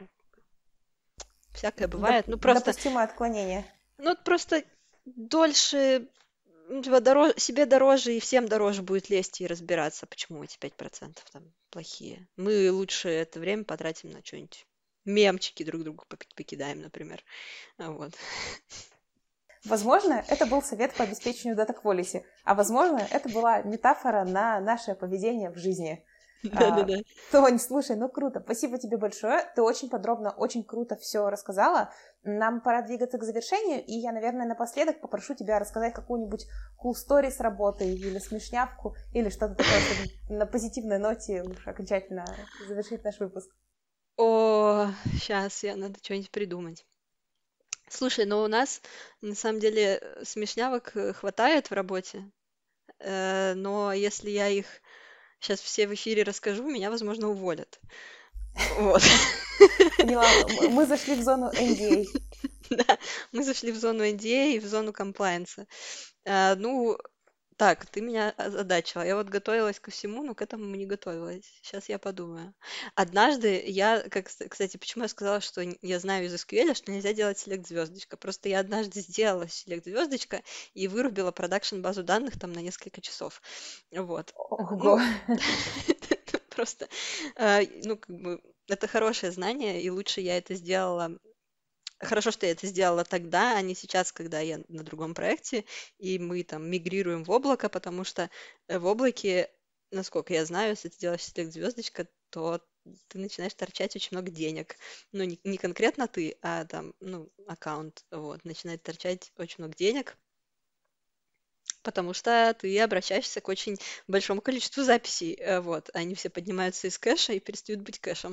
всякое бывает. Ну, просто... Допустимое отклонение. Ну, просто дольше... себе дороже и всем дороже будет лезть и разбираться, почему эти 5% там плохие. Мы лучше это время потратим на что-нибудь. Мемчики друг другу покидаем, например. Вот. Возможно, это был совет по обеспечению data quality, а возможно, это была метафора на наше поведение в жизни. Да-да-да. Тонь, слушай, ну круто, спасибо тебе большое, ты очень подробно, очень круто все рассказала. Нам пора двигаться к завершению, и я, наверное, напоследок попрошу тебя рассказать какую-нибудь cool story с работы, или смешнявку, или что-то такое, чтобы на позитивной ноте уж окончательно завершить наш выпуск. О, сейчас надо что-нибудь придумать. Слушай, но у нас на самом деле смешнявок хватает в работе, но если я их сейчас все в эфире расскажу, меня, возможно, уволят. Вот. Поняла, мы зашли в зону NDA. Да, мы зашли в зону NDA и в зону комплайенса. Ну, так, ты меня озадачила. Я вот готовилась ко всему, но к этому не готовилась. Сейчас я подумаю. Однажды кстати, почему я сказала, что я знаю из SQL, что нельзя делать селект звездочка. Просто я однажды сделала селект звездочка и вырубила продакшн базу данных там на несколько часов. Вот. Ого. Просто, как бы, это хорошее знание, и лучше я это сделала. Хорошо, что я это сделала тогда, а не сейчас, когда я на другом проекте, и мы там мигрируем в облако, потому что в облаке, насколько я знаю, если ты делаешь селект звездочка, то ты начинаешь торчать очень много денег. Ну, не конкретно ты, а там, аккаунт, вот, начинает торчать очень много денег, потому что ты обращаешься к очень большому количеству записей, вот, они все поднимаются из кэша и перестают быть кэшем.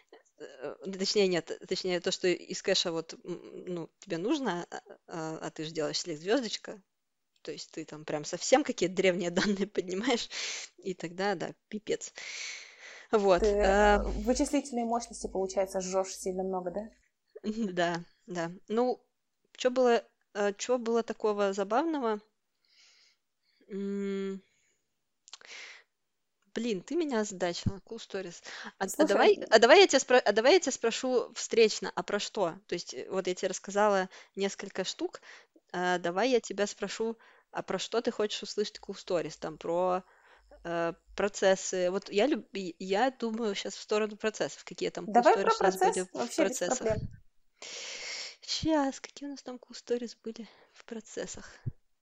Точнее, то, что из кэша вот, тебе нужно, а ты же делаешь селект звездочка, то есть ты там прям совсем какие-то древние данные поднимаешь, и тогда, да, пипец. Вот. Ты вычислительные мощности, получается, жжешь сильно много, да? Да, да. Ну, что было такого забавного? М, Блин, ты меня озадачила. Cool stories. Слушай, Давай я тебя спрошу встречно, а про что? То есть, вот я тебе рассказала несколько штук, давай я тебя спрошу, а про что ты хочешь услышать cool stories? Там про процессы. Вот я думаю сейчас в сторону процессов. Какие там cool давай stories про у нас были процесс, в вообще без процессах? проблем. Сейчас, какие у нас там cool stories были в процессах?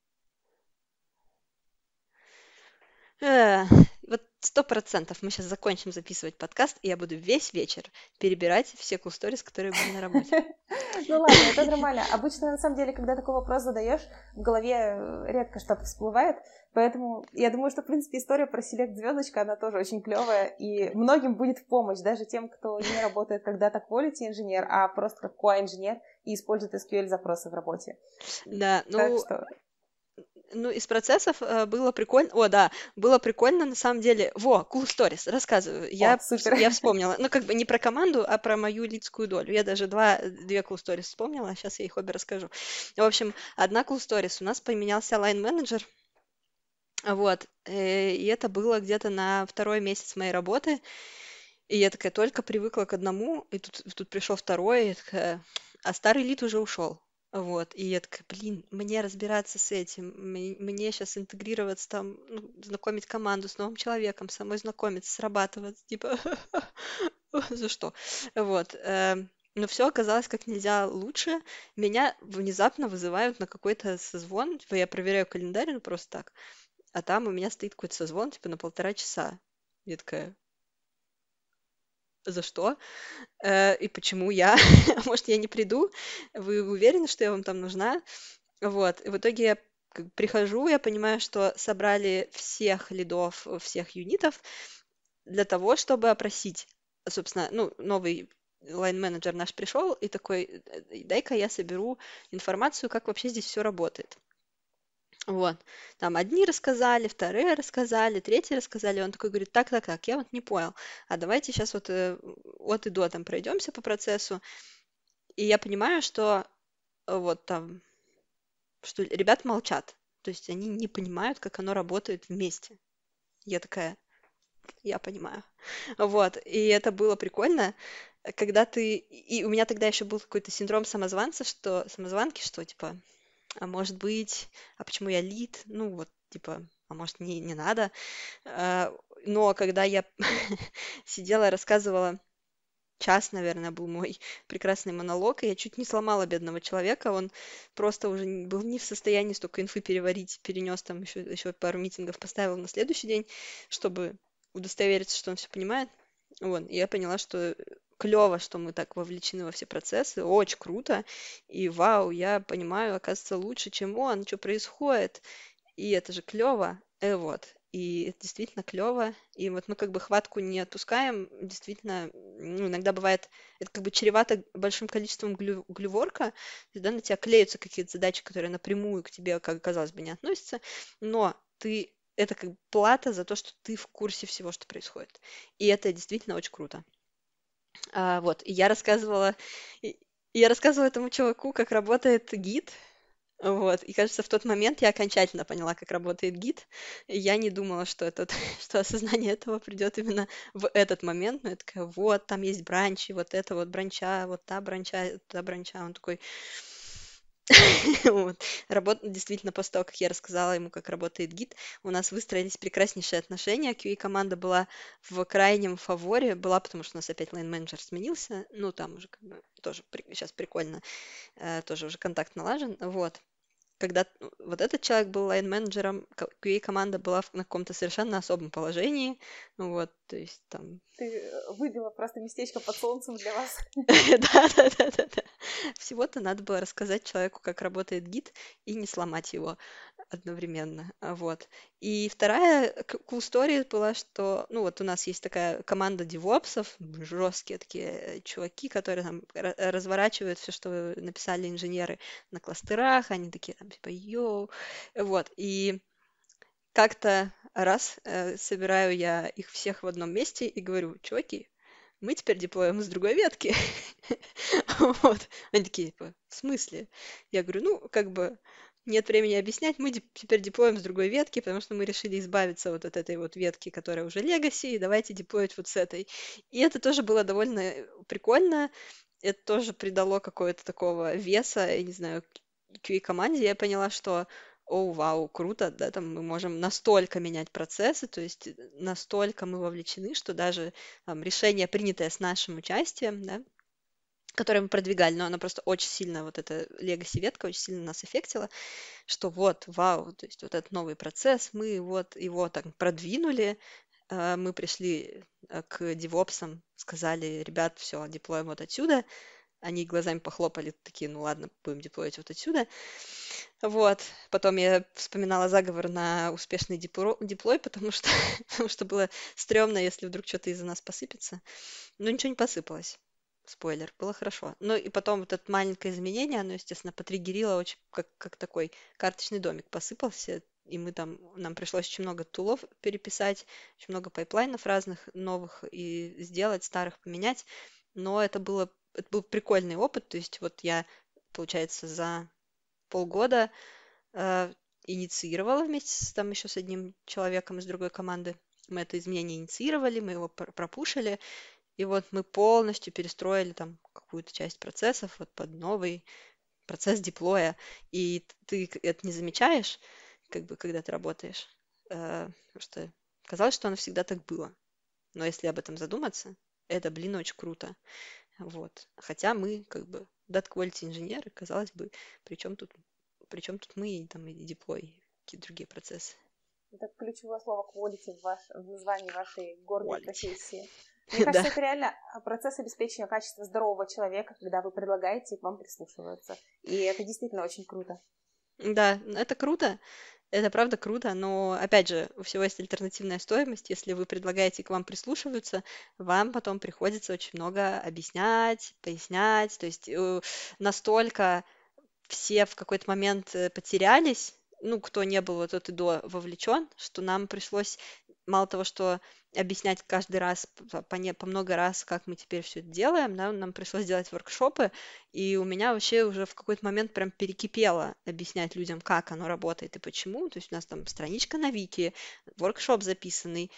Э, Вот 100% мы сейчас закончим записывать подкаст, и я буду весь вечер перебирать все cool stories, которые были на работе. Ну ладно, это нормально. Обычно, на самом деле, когда такой вопрос задаешь, в голове редко что-то всплывает, поэтому я думаю, что, в принципе, история про Select звездочка, она тоже очень клевая, и многим будет в помощь, даже тем, кто не работает когда-то quality инженер, а просто как QA-инженер и использует SQL-запросы в работе. Да, Так что... из процессов было прикольно. О, да, было прикольно на самом деле. Cool stories, рассказываю. О, супер. Я вспомнила. Ну, как бы не про команду, а про мою лидскую долю. Я даже две cool stories вспомнила, сейчас я их обе расскажу. В общем, одна cool stories. У нас поменялся line-менеджер. Вот. И это было где-то на второй месяц моей работы. И я такая только привыкла к одному, и тут пришел второй, и я такая, а старый лид уже ушел. Вот, и я такая, блин, мне разбираться с этим, мне сейчас интегрироваться там, ну, знакомить команду с новым человеком, самой знакомиться, срабатываться, типа, за что? Вот, но все оказалось как нельзя лучше. Меня внезапно вызывают на какой-то созвон, типа я проверяю календарь, ну просто так, а там у меня стоит какой-то созвон, типа на 1,5 часа. Я такая, за что? И почему я? Может, я не приду? Вы уверены, что я вам там нужна? Вот. И в итоге я прихожу, я понимаю, что собрали всех лидов, всех юнитов для того, чтобы опросить. Собственно, ну, новый лайн-менеджер наш пришел и такой, дай-ка я соберу информацию, как вообще здесь все работает. Вот. Там одни рассказали, вторые рассказали, третьи рассказали. Он такой говорит, так, я вот не понял. А давайте сейчас вот от и до там пройдемся по процессу. И я понимаю, что вот там, что ребят молчат. То есть они не понимают, как оно работает вместе. Я такая, я понимаю. Вот. И это было прикольно, когда ты... И у меня тогда еще был какой-то синдром самозванки, что типа, а может быть, а почему я лид? Ну вот, типа, а может не надо. Но когда я сидела и рассказывала, час, наверное, был мой прекрасный монолог, и я чуть не сломала бедного человека, он просто уже был не в состоянии столько инфы переварить, перенес там еще пару митингов, поставил на следующий день, чтобы удостовериться, что он все понимает. Вот, и я поняла, что клево, что мы так вовлечены во все процессы, очень круто, и вау, я понимаю, оказывается, лучше, чем он, что происходит, и это же клево, вот, и это действительно клево, и вот мы как бы хватку не отпускаем, действительно, ну, иногда бывает, это как бы чревато большим количеством глюворка, да, на тебя клеются какие-то задачи, которые напрямую к тебе, как казалось бы, не относятся, но это как плата за то, что ты в курсе всего, что происходит, и это действительно очень круто. Вот, и я рассказывала этому чуваку, как работает гид, вот, и кажется, в тот момент я окончательно поняла, как работает гид. И я не думала, что что осознание этого придет именно в этот момент. Но я такая, вот, там есть бранчи, вот это вот бранча, вот та бранча, та бранча. Он такой, вот. Действительно, после того, как я рассказала ему, как работает гид, у нас выстроились прекраснейшие отношения. QA-команда была в крайнем фаворе, потому что у нас опять лайн-менеджер сменился. Ну, там уже как бы тоже сейчас прикольно, тоже уже контакт налажен. Вот. Когда вот этот человек был лайн-менеджером, QA-команда была на каком-то совершенно особом положении. Ну вот, то есть там... Ты выбила просто местечко под солнцем для вас. Да. Всего-то надо было рассказать человеку, как работает гид, и не сломать его. одновременно, вот. И вторая cool story была, что, ну, вот у нас есть такая команда девопсов, жесткие такие чуваки, которые там разворачивают все, что написали инженеры на кластерах, они такие там типа йоу, вот. И как-то раз собираю я их всех в одном месте и говорю, чуваки, мы теперь деплоим с другой ветки. Вот. Они такие, типа, в смысле? Я говорю, ну, как бы нет времени объяснять, мы теперь деплоим с другой ветки, потому что мы решили избавиться вот от этой вот ветки, которая уже legacy, и давайте деплоить вот с этой. И это тоже было довольно прикольно, это тоже придало какого-то такого веса, я не знаю, QA-команде. Я поняла, что о, вау, круто, да, там мы можем настолько менять процессы, то есть настолько мы вовлечены, что даже там, решение, принятое с нашим участием, да, которое мы продвигали, но оно просто очень сильно, вот эта legacy-ветка очень сильно нас эффектила, что вот, вау, то есть вот этот новый процесс, мы вот его так продвинули, мы пришли к девопсам, сказали, ребят, все, деплоим вот отсюда, они глазами похлопали, такие, ну ладно, будем деплоить вот отсюда. Вот. Потом я вспоминала заговор на успешный деплой, потому что было стрёмно, если вдруг что-то из-за нас посыпется. Но ничего не посыпалось. Спойлер, было хорошо. Ну и потом вот это маленькое изменение, оно, естественно, потриггерило очень, как такой карточный домик посыпался, и нам пришлось очень много тулов переписать, очень много пайплайнов разных новых и сделать, старых поменять. Но это был прикольный опыт, то есть вот я, получается, за полгода инициировала вместе там еще с одним человеком из другой команды. Мы это изменение инициировали, мы его пропушили, и вот мы полностью перестроили там какую-то часть процессов вот под новый процесс деплоя. И ты это не замечаешь, как бы, когда ты работаешь, потому что казалось, что оно всегда так было. Но если об этом задуматься, это, блин, очень круто. Вот. Хотя мы, как бы, data quality инженеры, казалось бы, причем тут мы и там и деплой, и какие-то другие процессы. Это ключевое слово quality в названии вашей гордой профессии. Мне кажется, это реально процесс обеспечения качества здорового человека, когда вы предлагаете, и к вам прислушиваются. И это действительно очень круто. Да, это круто. Это правда круто, но, опять же, у всего есть альтернативная стоимость. Если вы предлагаете, к вам прислушиваются, вам потом приходится очень много объяснять, пояснять. То есть настолько все в какой-то момент потерялись, ну, кто не был вот от и до вовлечен, что нам пришлось мало того, что объяснять каждый раз, по много раз, как мы теперь все это делаем, да, нам пришлось делать воркшопы, и у меня вообще уже в какой-то момент прям перекипело объяснять людям, как оно работает и почему. То есть у нас там страничка на Вики, воркшоп записанный,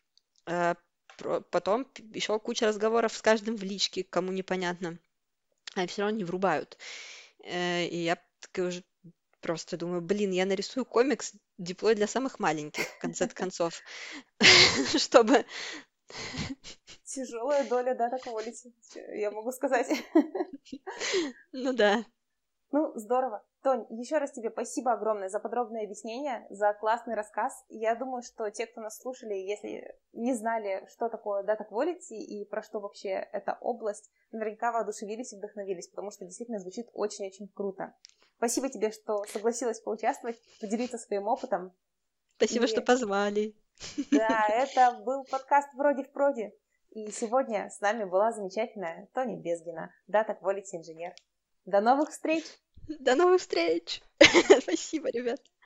потом еще куча разговоров с каждым в личке, кому непонятно, а все равно не врубают. И я такая уже просто думаю, блин, я нарисую комикс деплой для самых маленьких, в конце концов, чтобы... Тяжелая доля data quality, я могу сказать. Ну да. Ну, здорово. Тонь, еще раз тебе спасибо огромное за подробное объяснение, за классный рассказ. Я думаю, что те, кто нас слушали, если не знали, что такое data quality и про что вообще эта область, наверняка воодушевились и вдохновились, потому что действительно звучит очень-очень круто. Спасибо тебе, что согласилась поучаствовать, поделиться своим опытом. Спасибо, что позвали. Да, это был подкаст «Вроде в проде». И сегодня с нами была замечательная Тоня Безгина, data quality инженер. До новых встреч! До новых встреч! Спасибо, ребят!